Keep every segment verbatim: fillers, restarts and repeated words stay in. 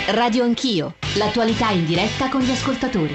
Radio Anch'io, l'attualità in diretta con gli ascoltatori.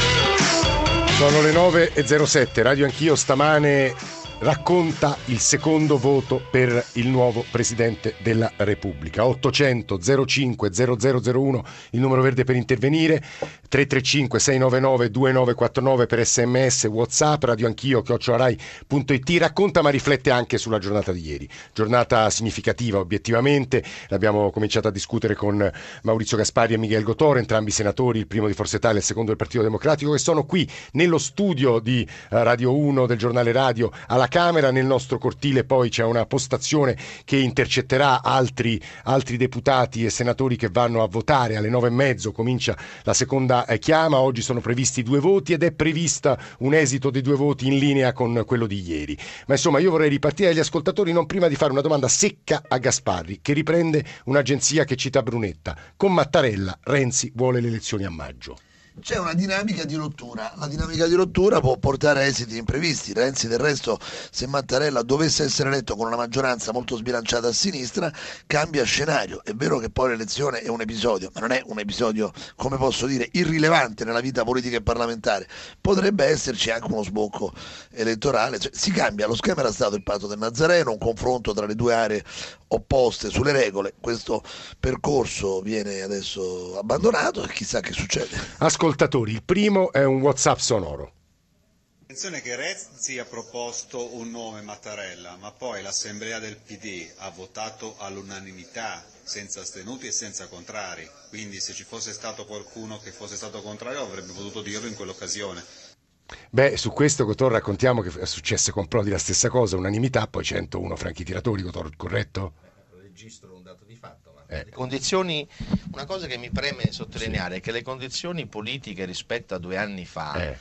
Sono le nove e zero sette, Radio Anch'io stamane racconta il secondo voto per il nuovo Presidente della Repubblica. ottocento zero cinque zero zero zero uno il numero verde per intervenire, tre tre cinque sei nove nove due nove quattro nove per sms, WhatsApp, Radio Anch'io chiocciola rai punto it. Racconta ma riflette anche sulla giornata di ieri, giornata significativa obiettivamente. L'abbiamo cominciato a discutere con Maurizio Gasparri e Miguel Gotor, entrambi senatori, il primo di Forza Italia e il secondo del Partito Democratico, che sono qui nello studio di Radio uno del giornale radio alla Camera. Nel nostro cortile poi c'è una postazione che intercetterà altri, altri deputati e senatori che vanno a votare. Alle nove e mezzo comincia la seconda chiama. Oggi sono previsti due voti ed è prevista un esito dei due voti in linea con quello di ieri. Ma insomma, io vorrei ripartire dagli ascoltatori non prima di fare una domanda secca a Gasparri, che riprende un'agenzia che cita Brunetta. Con Mattarella Renzi vuole le elezioni a maggio. C'è una dinamica di rottura, la dinamica di rottura può portare a esiti imprevisti. Renzi, del resto, se Mattarella dovesse essere eletto con una maggioranza molto sbilanciata a sinistra, cambia scenario. È vero che poi l'elezione è un episodio, ma non è un episodio, come posso dire, irrilevante nella vita politica e parlamentare. Potrebbe esserci anche uno sbocco elettorale, cioè, si cambia. Lo schema era stato il patto del Nazareno, un confronto tra le due aree opposte sulle regole. Questo percorso viene adesso abbandonato e chissà che succede. Ascoltatori, il primo è un WhatsApp sonoro. Attenzione che Renzi ha proposto un nome, Mattarella, ma poi l'assemblea del P D ha votato all'unanimità, senza astenuti e senza contrari, quindi se ci fosse stato qualcuno che fosse stato contrario avrebbe potuto dirlo in quell'occasione. Beh, su questo, Gotor, raccontiamo che è successo con Prodi la stessa cosa, unanimità, poi centouno franchi tiratori, Gotor, corretto? Registro un dato di fatto, ma eh. le condizioni, una cosa che mi preme sottolineare sì. è che le condizioni politiche rispetto a due anni fa eh.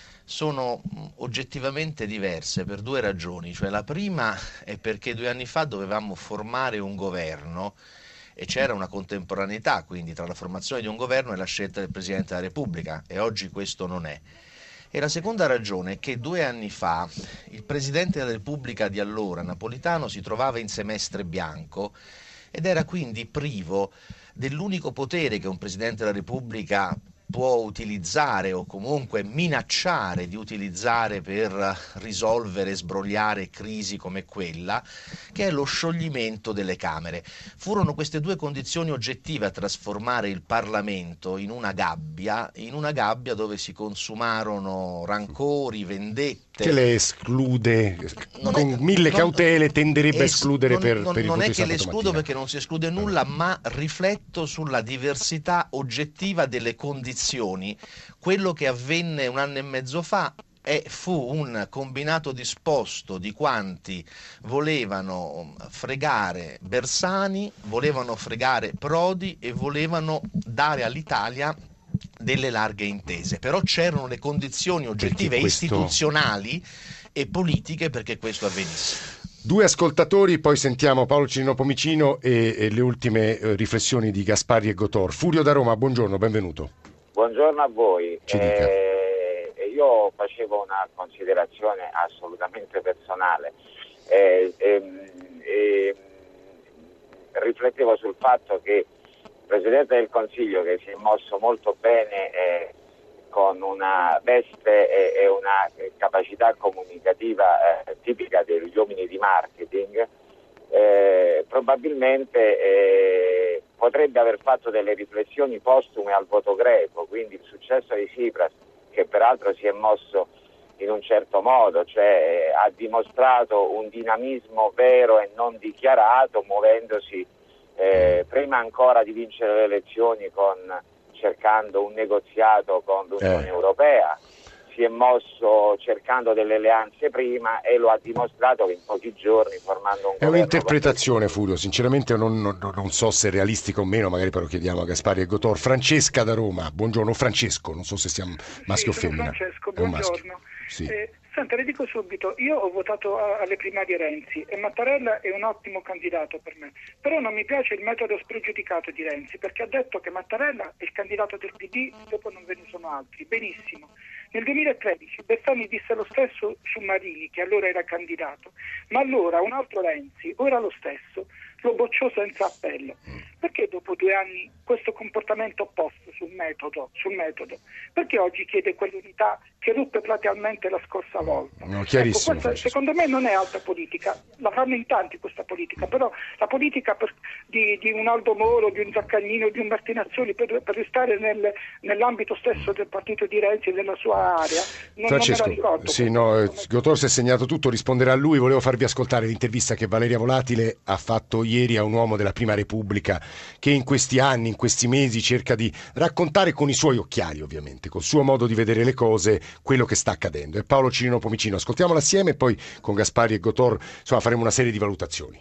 sono oggettivamente diverse per due ragioni. Cioè, la prima è perché due anni fa dovevamo formare un governo e c'era una contemporaneità quindi tra la formazione di un governo e la scelta del Presidente della Repubblica, e oggi questo non è. E la seconda ragione è che due anni fa il Presidente della Repubblica di allora, Napolitano, si trovava in semestre bianco ed era quindi privo dell'unico potere che un Presidente della Repubblica può utilizzare o comunque minacciare di utilizzare per risolvere e sbrogliare crisi come quella, che è lo scioglimento delle Camere. Furono queste due condizioni oggettive a trasformare il Parlamento in una gabbia, in una gabbia dove si consumarono rancori, vendette. Che le esclude, non con è, mille non, cautele tenderebbe es, a escludere non, per, non, per il non voto è di che le sabato escludo mattina. perché non si esclude nulla, ma rifletto sulla diversità oggettiva delle condizioni. Quello che avvenne un anno e mezzo fa e fu un combinato disposto di quanti volevano fregare Bersani, volevano fregare Prodi e volevano dare all'Italia delle larghe intese. Però c'erano le condizioni oggettive questo... istituzionali e politiche perché questo avvenisse. Due ascoltatori, poi sentiamo Paolo Cirino Pomicino e, e le ultime eh, riflessioni di Gasparri e Gotor. Furio da Roma, buongiorno, benvenuto. Buongiorno a voi. Ci dica. Eh, io facevo una considerazione assolutamente personale. Eh, eh, eh, riflettevo sul fatto che il Presidente del Consiglio, che si è mosso molto bene eh, con una veste e, e una capacità comunicativa eh, tipica degli uomini di marketing, eh, probabilmente eh, potrebbe aver fatto delle riflessioni postume al voto greco, quindi il successo di Tsipras, che peraltro si è mosso in un certo modo, cioè ha dimostrato un dinamismo vero e non dichiarato, muovendosi eh, prima ancora di vincere le elezioni con cercando un negoziato con l'Unione eh. Europea, si è mosso cercando delle alleanze prima e lo ha dimostrato in pochi giorni formando un è governo. È un'interpretazione, Furio, sinceramente non, non, non so se è realistica o meno, magari però chiediamo a Gasparri e Gotor. Francesca da Roma, buongiorno. Francesco, non so se siamo maschio sì, o femmina. Francesco, è un maschio. buongiorno. Sì. Eh, senta, le dico subito, io ho votato a, alle primarie Renzi e Mattarella è un ottimo candidato per me, però non mi piace il metodo spregiudicato di Renzi, perché ha detto che Mattarella è il candidato del P D, dopo non ve ne sono altri. Benissimo. Nel duemilatredici Bersani disse lo stesso su Marini, che allora era candidato, ma allora un altro Renzi, ora lo stesso, lo bocciò senza appello. perché dopo due anni questo comportamento opposto sul metodo, sul metodo? Perché oggi chiede quell'unità che ruppe platealmente la scorsa volta? No, chiarissimo, ecco, questa, secondo me non è alta politica, la fanno in tanti questa politica, però la politica per, di, di un Aldo Moro, di un Zaccagnino, di un Martinazzoli, per, per restare nel, nell'ambito stesso del partito di Renzi e della sua area, non, Francesco, non me la ricordo. sì, no, Gotor si è segnato tutto, risponderà a lui. Volevo farvi ascoltare l'intervista che Valeria Volatile ha fatto ieri a un uomo della Prima Repubblica che in questi anni, in questi mesi cerca di raccontare con i suoi occhiali, ovviamente, col suo modo di vedere le cose, quello che sta accadendo. È Paolo Cirino Pomicino, ascoltiamola assieme e poi con Gasparri e Gotor insomma faremo una serie di valutazioni.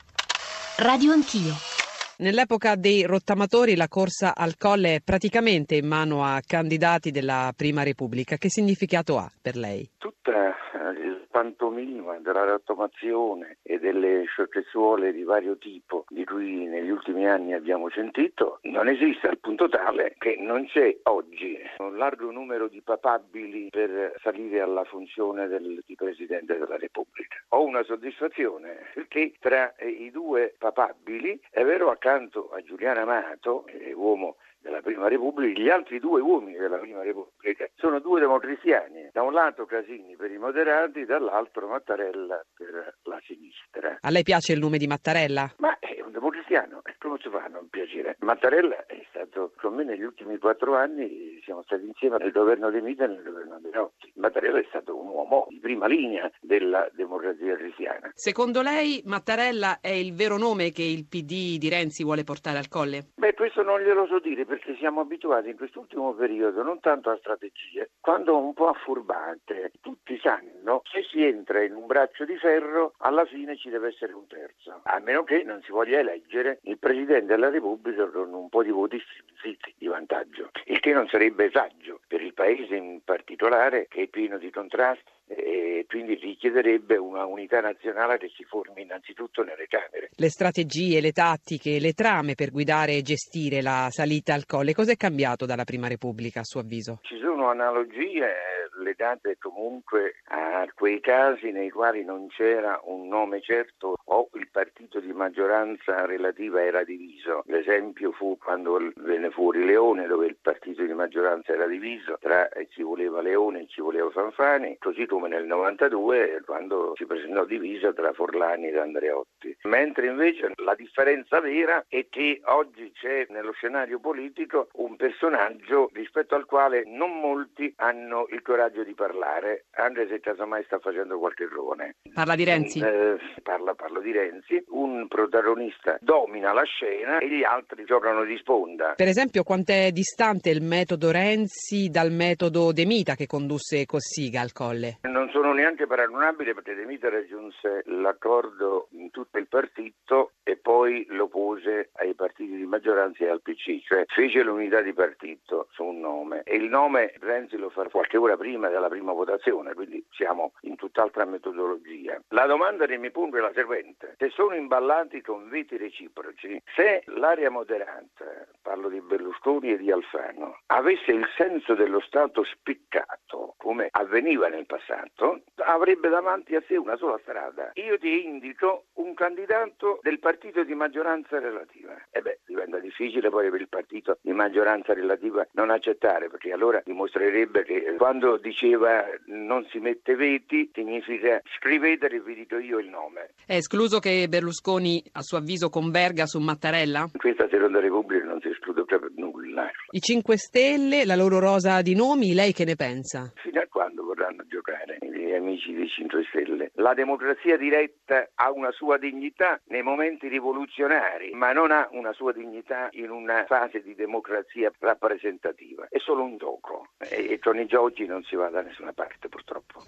Radio Anch'io. Nell'epoca dei rottamatori la corsa al Colle è praticamente in mano a candidati della Prima Repubblica. Che significato ha per lei? Tutta il pantomima della rottamazione e delle sciocchezzuole di vario tipo di cui negli ultimi anni abbiamo sentito non esiste, al punto tale che non c'è oggi un largo numero di papabili per salire alla funzione del, di Presidente della Repubblica. Ho una soddisfazione perché tra i due papabili, è vero, accanto a Giuliano Amato, eh, uomo della Prima Repubblica, gli altri due uomini della Prima Repubblica sono due democristiani, da un lato Casini per i moderati, dall'altro Mattarella per la sinistra. A lei piace il nome di Mattarella? Ma è un democristiano, e come si fa a non piacere? Mattarella è stato con me negli ultimi quattro anni, siamo stati insieme nel governo De Mita e nel governo Andreotti. Mattarella è stato un uomo di prima linea della democrazia cristiana. Secondo lei Mattarella è il vero nome che il P D di Renzi vuole portare al Colle? Beh, questo non glielo so dire, perché siamo abituati in quest'ultimo periodo non tanto a strategie, quanto un po' a furbate. Tutti sanno, se si entra in un braccio di ferro, alla fine ci deve essere un terzo, a meno che non si voglia eleggere il Presidente della Repubblica con un po' di voti zitti di vantaggio, il che non sarebbe saggio per il Paese in particolare, che è pieno di contrasti, e quindi richiederebbe una unità nazionale che si formi innanzitutto nelle Camere. Le strategie, le tattiche, le trame per guidare e gestire la salita al Colle, cosa è cambiato dalla Prima Repubblica a suo avviso? Ci sono analogie legate comunque a quei casi nei quali non c'era un nome certo o il partito di maggioranza relativa era diviso. L'esempio fu quando venne fuori Leone, dove il partito di maggioranza era diviso tra chi voleva Leone e chi voleva Fanfani, così come nel novantadue quando si presentò divisa tra Forlani ed Andreotti. Mentre invece la differenza vera è che oggi c'è nello scenario politico un personaggio rispetto al quale non molti hanno il coraggio di parlare, anche se casomai sta facendo qualche errore. Parla di Renzi? Eh, parla, parlo di Renzi. Un protagonista domina la scena e gli altri giocano di sponda. Per esempio, quant'è distante il metodo Renzi dal metodo De Mita che condusse Cossiga al Colle? Non sono neanche paragonabili, perché De Mita raggiunse l'accordo in tutto il partito e poi lo pose ai partiti di maggioranza e al P C, cioè fece l'unità di partito su un nome, e il nome Renzi lo fa qualche ora prima della prima votazione, quindi siamo in tutt'altra metodologia. La domanda che mi pongo è la seguente: se sono imballati con veti reciproci, se l'area moderata, parlo di Berlusconi e di Alfano, avesse il senso dello Stato spiccato come avveniva nel passato, avrebbe davanti a sé una sola strada. Io ti indico un candidato del partito di maggioranza relativa. E beh, diventa difficile poi per il partito di maggioranza relativa non accettare, perché allora dimostrerebbe che quando diceva non si mette veti significa scrivete e vi dico io il nome. È escluso che Berlusconi a suo avviso converga su Mattarella? In questa seconda Repubblica non si esclude proprio nulla. I cinque Stelle, la loro rosa di nomi, lei che ne pensa? Fino a quando vorranno giocare gli amici dei cinque Stelle? La democrazia diretta ha una sua dignità nei momenti rivoluzionari, ma non ha una sua dignità in una fase di democrazia rappresentativa. È solo un gioco e con i giochi non si va da nessuna parte, purtroppo.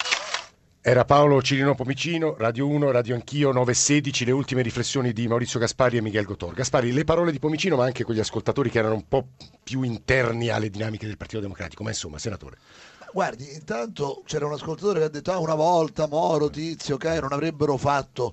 Era Paolo Cirino Pomicino, Radio uno, Radio Anch'io, nove e sedici, le ultime riflessioni di Maurizio Gasparri e Miguel Gotor. Gasparri, le parole di Pomicino, ma anche quegli ascoltatori che erano un po' più interni alle dinamiche del Partito Democratico, ma insomma, senatore. Guardi, intanto c'era un ascoltatore che ha detto ah, una volta Moro, Tizio, Caio non avrebbero fatto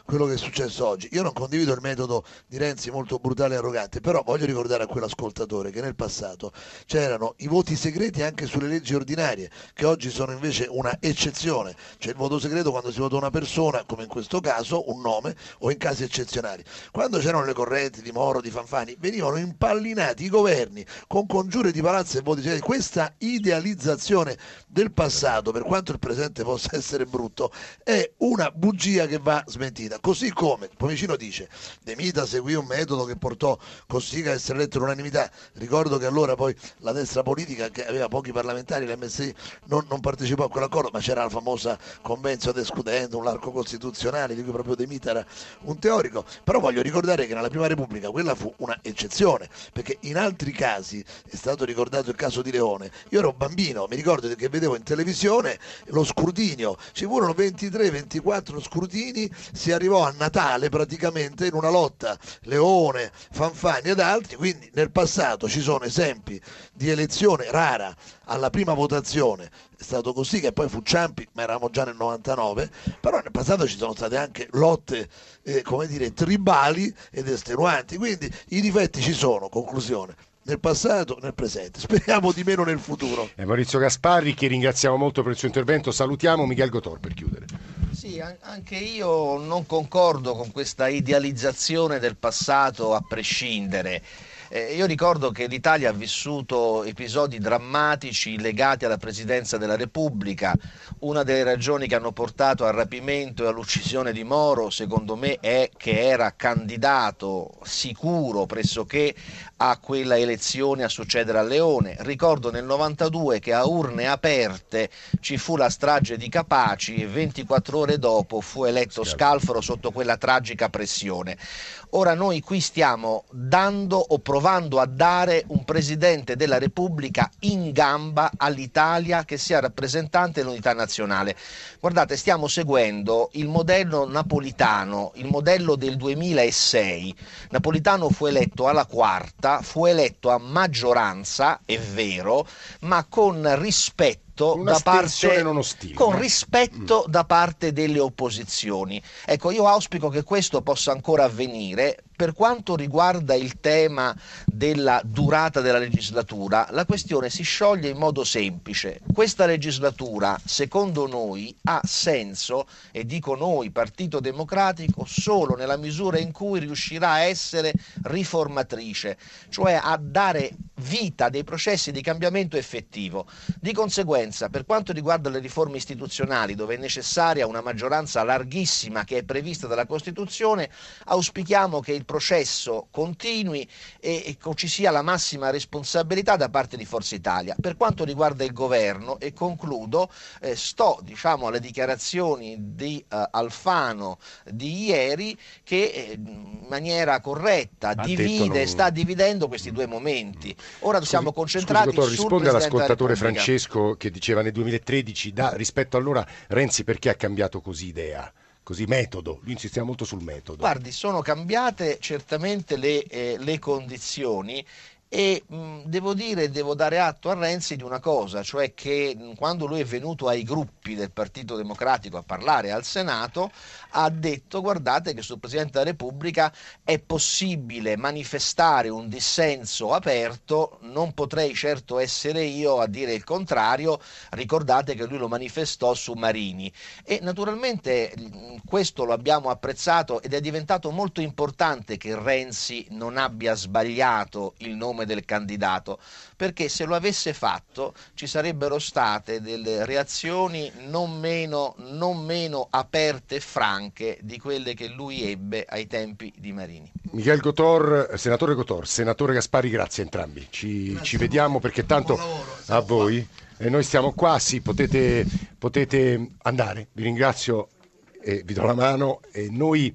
quello che è successo oggi. Io non condivido il metodo di Renzi molto brutale e arrogante, però voglio ricordare a quell'ascoltatore che nel passato c'erano i voti segreti anche sulle leggi ordinarie, che oggi sono invece una eccezione. C'è il voto segreto quando si vota una persona, come in questo caso, un nome, o in casi eccezionali. Quando c'erano le correnti di Moro, di Fanfani, venivano impallinati i governi con congiure di palazzo e voti segreti. Questa idealizzazione del passato, per quanto il presente possa essere brutto, è una bugia che va smentita. Così come Pomicino dice De Mita seguì un metodo che portò Cossiga a essere eletto all'unanimità. Ricordo che allora poi la destra politica, che aveva pochi parlamentari, l'M S I non, non partecipò a quell'accordo, ma c'era la famosa convenzio ad escludendo, un l'arco costituzionale di cui proprio De Mita era un teorico. Però voglio ricordare che nella Prima Repubblica quella fu una eccezione, perché in altri casi, è stato ricordato il caso di Leone, io ero bambino, mi ricordo che vedevo in televisione lo scrutinio, ci furono ventitré ventiquattro scrutini, si arrivò a Natale praticamente in una lotta Leone, Fanfani ed altri. Quindi nel passato ci sono esempi di elezione rara alla prima votazione, è stato così, che poi fu Ciampi, ma eravamo già nel novantanove, però nel passato ci sono state anche lotte eh, come dire tribali ed estenuanti, quindi i difetti ci sono. Conclusione: nel passato, nel presente, speriamo di meno nel futuro. È Maurizio Gasparri, che ringraziamo molto per il suo intervento. Salutiamo Miguel Gotor per chiudere. Sì, anche io non concordo con questa idealizzazione del passato a prescindere. Eh, io ricordo che l'Italia ha vissuto episodi drammatici legati alla presidenza della Repubblica. Una delle ragioni che hanno portato al rapimento e all'uccisione di Moro, secondo me, è che era candidato sicuro pressoché a quella elezione a succedere a Leone. Ricordo nel novantadue che a urne aperte ci fu la strage di Capaci e ventiquattro ore dopo fu eletto Scalfaro sotto quella tragica pressione. Ora noi qui stiamo dando o provando a dare un Presidente della Repubblica in gamba all'Italia che sia rappresentante dell'unità nazionale. Guardate, stiamo seguendo il modello napolitano, il modello del duemilasei. Napolitano fu eletto alla quarta, fu eletto a maggioranza, è vero, ma con rispetto da parte, non ostile, con no? rispetto mm. da parte delle opposizioni. Ecco, io auspico che questo possa ancora avvenire. Per quanto riguarda il tema della durata della legislatura, la questione si scioglie in modo semplice. Questa legislatura, secondo noi, ha senso, e dico noi, Partito Democratico, solo nella misura in cui riuscirà a essere riformatrice, cioè a dare vita a dei processi di cambiamento effettivo. Di conseguenza, per quanto riguarda le riforme istituzionali, dove è necessaria una maggioranza larghissima che è prevista dalla Costituzione, auspichiamo che il processo continui e, e ci sia la massima responsabilità da parte di Forza Italia. Per quanto riguarda il governo, e concludo, eh, sto diciamo alle dichiarazioni di uh, Alfano di ieri, che eh, in maniera corretta ha divide, non... sta dividendo questi due momenti. Ora Scusi, siamo concentrati scusi, dottor, sul risponde all'ascoltatore Repubblica. Francesco che diceva nel duemilatredici, da, rispetto allora, Renzi perché ha cambiato così idea? Così metodo, lui insisteva molto sul metodo. Guardi, sono cambiate certamente le, eh, le condizioni e mh, devo dire, devo dare atto a Renzi di una cosa, cioè che mh, quando lui è venuto ai gruppi del Partito Democratico a parlare al Senato, ha detto: guardate che sul Presidente della Repubblica è possibile manifestare un dissenso aperto, non potrei certo essere io a dire il contrario. Ricordate che lui lo manifestò su Marini e naturalmente mh, questo lo abbiamo apprezzato ed è diventato molto importante che Renzi non abbia sbagliato il nome del candidato, perché se lo avesse fatto ci sarebbero state delle reazioni non meno, non meno aperte e franche di quelle che lui ebbe ai tempi di Marini. Miguel Gotor, senatore Gotor, senatore Gasparri, grazie a entrambi. Ci, ci vediamo perché tanto a voi e noi stiamo qua, sì, potete, potete andare. Vi ringrazio e vi do la mano e noi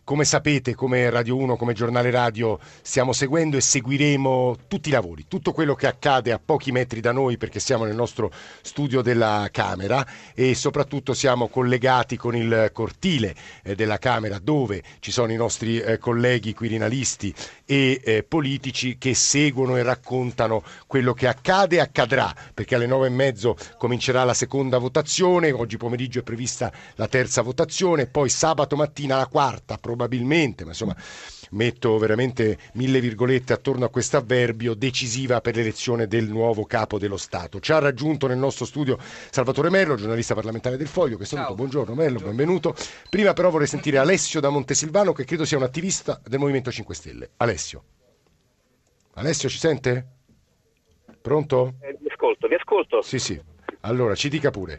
come sapete, come Radio uno, come giornale radio, stiamo seguendo e seguiremo tutti i lavori, tutto quello che accade a pochi metri da noi, perché siamo nel nostro studio della Camera e soprattutto siamo collegati con il cortile eh, della Camera, dove ci sono i nostri eh, colleghi quirinalisti e eh, politici che seguono e raccontano quello che accade e accadrà, perché alle nove e mezzo comincerà la seconda votazione, oggi pomeriggio è prevista la terza votazione, poi sabato mattina la quarta probabilmente, ma insomma metto veramente mille virgolette attorno a questo avverbio, decisiva per l'elezione del nuovo capo dello Stato. Ci ha raggiunto nel nostro studio Salvatore Merlo, giornalista parlamentare del Foglio, che saluto. Ciao. Buongiorno Merlo, Buongiorno. Benvenuto. Prima però vorrei sentire Alessio da Montesilvano, che credo sia un attivista del Movimento cinque Stelle. Alessio. Alessio, ci sente? Pronto? Eh, vi ascolto, vi ascolto. Sì, sì. Allora, ci dica pure.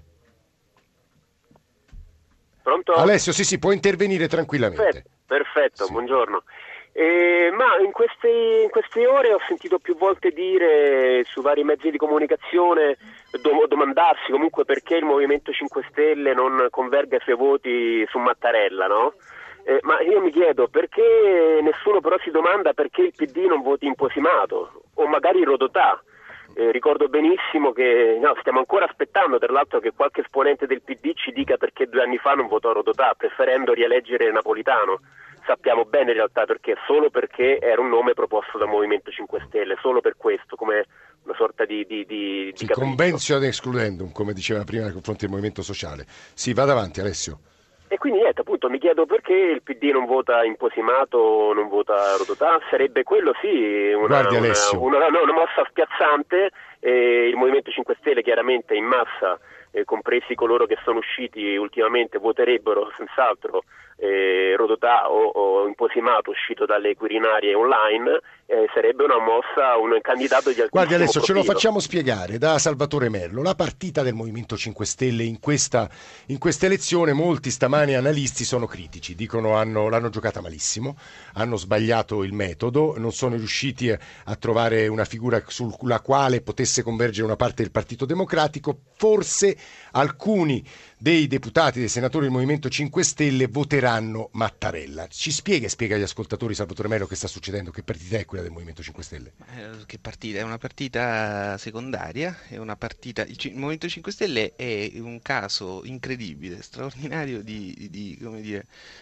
Pronto? Alessio, sì, sì, può intervenire tranquillamente. Perfetto, perfetto sì. Buongiorno. Eh, ma in queste, in queste ore ho sentito più volte dire su vari mezzi di comunicazione, do, domandarsi comunque perché il Movimento cinque Stelle non converga i suoi voti su Mattarella, no? Eh, ma io mi chiedo perché nessuno però si domanda perché il P D non voti Imposimato o magari Rodotà. Eh, ricordo benissimo che no, stiamo ancora aspettando tra l'altro che qualche esponente del P D ci dica perché due anni fa non votò Rodotà preferendo rieleggere Napolitano. Sappiamo bene in realtà perché, solo perché era un nome proposto dal Movimento cinque Stelle, solo per questo, come una sorta di, di, di, sì, di convenzio ad excludendum, come diceva prima nei confronti del Movimento Sociale. Sì, vada avanti Alessio. E quindi niente, appunto mi chiedo perché il P D non vota Imposimato, non vota Rodotà, sarebbe quello sì una, Guardi, una, una, una, una mossa spiazzante, e il Movimento cinque Stelle chiaramente in massa, eh, compresi coloro che sono usciti ultimamente, voterebbero senz'altro eh, Rodotà o, o Imposimato uscito dalle Quirinarie online, eh, sarebbe una mossa, un candidato di altissimo Guardi adesso profilo. Ce lo facciamo spiegare da Salvatore Merlo, la partita del Movimento cinque Stelle in questa, in questa elezione. Molti stamani analisti sono critici, dicono hanno, l'hanno giocata malissimo, hanno sbagliato il metodo, non sono riusciti a trovare una figura sulla quale potesse convergere una parte del Partito Democratico. Forse alcuni dei deputati, dei senatori del Movimento cinque Stelle voteranno Mattarella. Ci spiega e spiega agli ascoltatori, Salvatore Merlo, che sta succedendo, che partita è quella del Movimento cinque Stelle? Eh, che partita? È una partita secondaria, è una partita... il, il Movimento cinque Stelle è un caso incredibile, straordinario di, di come dire,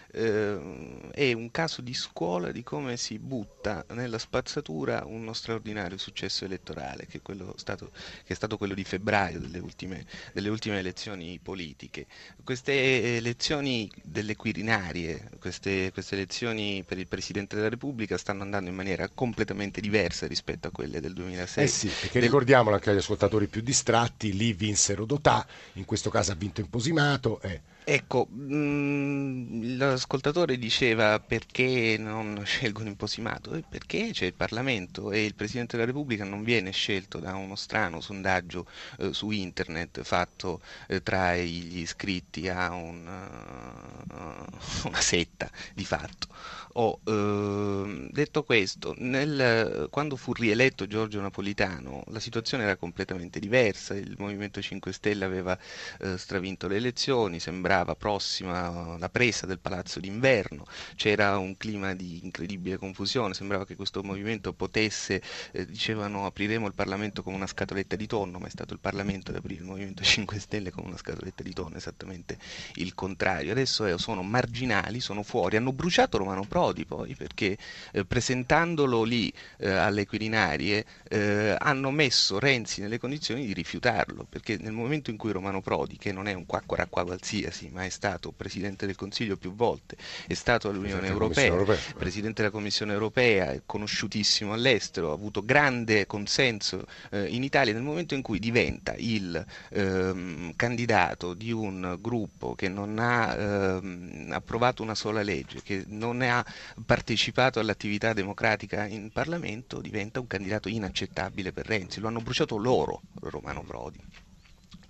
eh, è un caso di scuola di come si butta nella spazzatura uno straordinario successo elettorale, che è, quello stato, che è stato quello di febbraio delle ultime, delle ultime elezioni politiche. Queste elezioni delle Quirinarie, queste, queste elezioni per il Presidente della Repubblica stanno andando in maniera completamente diversa rispetto a quelle del duemilasei. Eh sì, perché del... ricordiamolo anche agli ascoltatori più distratti, lì vinse Rodotà, in questo caso ha vinto Imposimato. Eh. Ecco, mh, l'ascoltatore diceva perché non scelgono Imposimato? Eh, perché c'è il Parlamento e il Presidente della Repubblica non viene scelto da uno strano sondaggio eh, su internet fatto eh, tra gli iscritti a un, uh, una setta di fatto. Oh, eh, detto questo, nel, quando fu rieletto Giorgio Napolitano la situazione era completamente diversa, il Movimento cinque Stelle aveva eh, stravinto le elezioni, sembrava prossima la presa del Palazzo d'Inverno, c'era un clima di incredibile confusione, sembrava che questo movimento potesse, eh, dicevano apriremo il Parlamento come una scatoletta di tonno, ma è stato il Parlamento ad aprire il Movimento cinque Stelle come una scatoletta di tonno, esattamente il contrario. Adesso eh, sono marginali, sono fuori, hanno bruciato Romano Prodi poi perché eh, presentandolo lì eh, alle Quirinarie eh, hanno messo Renzi nelle condizioni di rifiutarlo, perché nel momento in cui Romano Prodi, che non è un quacquaracqua qualsiasi ma è stato Presidente del Consiglio più volte, è stato all'Unione Europea, Europea, Presidente della Commissione Europea, è conosciutissimo all'estero, ha avuto grande consenso eh, in Italia, nel momento in cui diventa il ehm, candidato di un gruppo che non ha ehm, approvato una sola legge, che non ha partecipato all'attività democratica in Parlamento, diventa un candidato inaccettabile per Renzi. Lo hanno bruciato loro, Romano Prodi.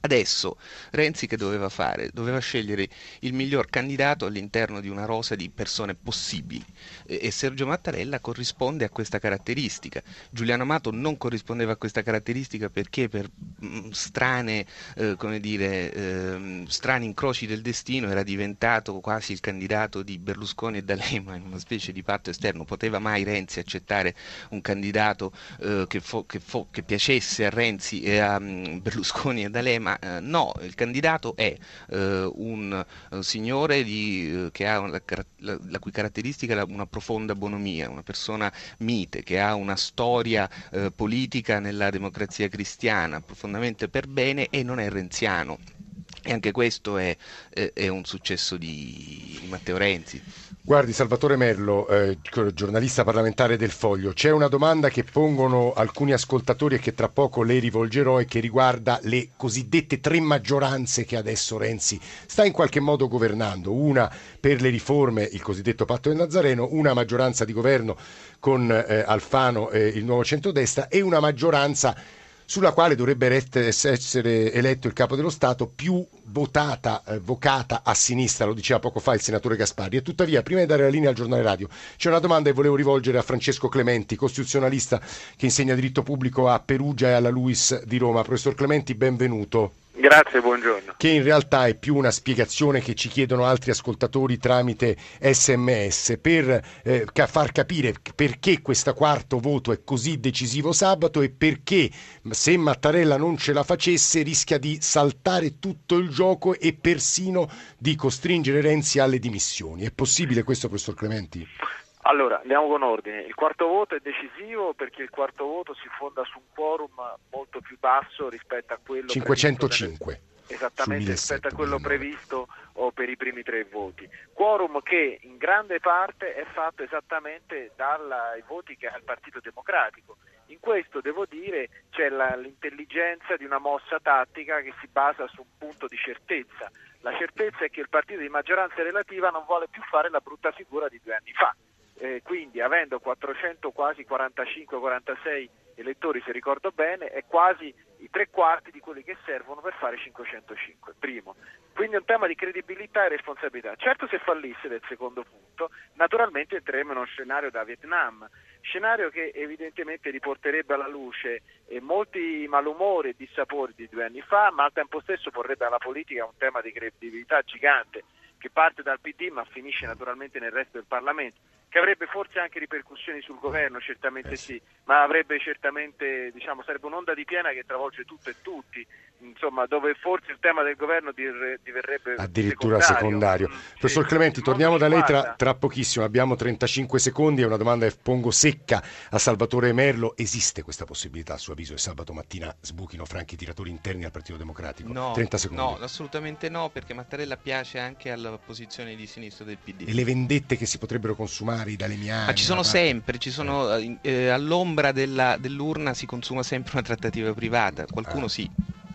Adesso Renzi che doveva fare? Doveva scegliere il miglior candidato all'interno di una rosa di persone possibili e, e Sergio Mattarella corrisponde a questa caratteristica. Giuliano Amato non corrispondeva a questa caratteristica perché per mh, strane, eh, come dire, eh, strani incroci del destino era diventato quasi il candidato di Berlusconi e D'Alema in una specie di patto esterno. Poteva mai Renzi accettare un candidato eh, che, fo, che, fo, che piacesse a Renzi e a um, Berlusconi e D'Alema? Uh, no, il candidato è uh, un uh, signore di, uh, che ha una, la, la cui caratteristica è una profonda bonomia, una persona mite, che ha una storia uh, politica nella democrazia cristiana, profondamente per bene, e non è renziano. E anche questo è, è, è un successo di, di Matteo Renzi. Guardi, Salvatore Merlo, eh, giornalista parlamentare del Foglio, c'è una domanda che pongono alcuni ascoltatori e che tra poco le rivolgerò e che riguarda le cosiddette tre maggioranze che adesso Renzi sta in qualche modo governando. Una per le riforme, il cosiddetto patto del Nazareno, una maggioranza di governo con eh, Alfano e il nuovo centrodestra e una maggioranza sulla quale dovrebbe essere eletto il capo dello Stato, più votata, eh, vocata a sinistra, lo diceva poco fa il senatore Gasparri. E tuttavia, prima di dare la linea al giornale radio, c'è una domanda che volevo rivolgere a Francesco Clementi, costituzionalista che insegna diritto pubblico a Perugia e alla LUISS di Roma. Professor Clementi, benvenuto. Grazie, buongiorno. Che in realtà è più una spiegazione che ci chiedono altri ascoltatori tramite sms per eh, far capire perché questo quarto voto è così decisivo sabato e perché se Mattarella non ce la facesse rischia di saltare tutto il gioco e persino di costringere Renzi alle dimissioni. È possibile questo, professor Clementi? Allora, andiamo con ordine. Il quarto voto è decisivo perché il quarto voto si fonda su un quorum molto più basso rispetto a quello cinquecentocinque. Previsto nel, esattamente rispetto a quello previsto o per i primi tre voti. Quorum che in grande parte è fatto esattamente dai voti che ha il Partito Democratico. In questo, devo dire, c'è la, l'intelligenza di una mossa tattica che si basa su un punto di certezza. La certezza è che il partito di maggioranza relativa non vuole più fare la brutta figura di due anni fa. Eh, quindi avendo quattrocento, quasi quarantacinque quarantasei elettori, se ricordo bene, è quasi i tre quarti di quelli che servono per fare cinquecentocinque, primo. Quindi è un tema di credibilità e responsabilità. Certo, se fallisse del secondo punto, naturalmente entreremo in uno scenario da Vietnam, scenario che evidentemente riporterebbe alla luce eh, molti malumori e dissapori di due anni fa, ma al tempo stesso porrebbe alla politica un tema di credibilità gigante che parte dal P D ma finisce naturalmente nel resto del Parlamento, che avrebbe forse anche ripercussioni sul governo, certamente sì, ma avrebbe certamente, diciamo, sarebbe un'onda di piena che travolge tutto e tutti, insomma, dove forse il tema del governo diverrebbe addirittura secondario. secondario. Mm, Professor sì, Clementi, torniamo da lei tra, tra pochissimo, abbiamo trentacinque secondi e una domanda che pongo secca a Salvatore Merlo. Esiste questa possibilità, a suo avviso, che sabato mattina sbuchino franchi tiratori interni al Partito Democratico? No, trenta secondi. No, assolutamente no, perché Mattarella piace anche alla posizione di sinistra del P D. E le vendette che si potrebbero consumare, i dalemiani? Ma ci sono sempre, ci sono eh. Eh, all'ombra della, dell'urna si consuma sempre una trattativa privata, qualcuno ah. sì.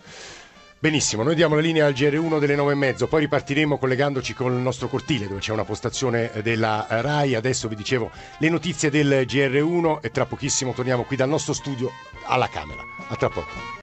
Benissimo, noi diamo la linea al G R uno delle nove e mezzo, poi ripartiremo collegandoci con il nostro cortile dove c'è una postazione della RAI. Adesso vi dicevo le notizie del G R uno e tra pochissimo torniamo qui dal nostro studio alla Camera. A tra poco.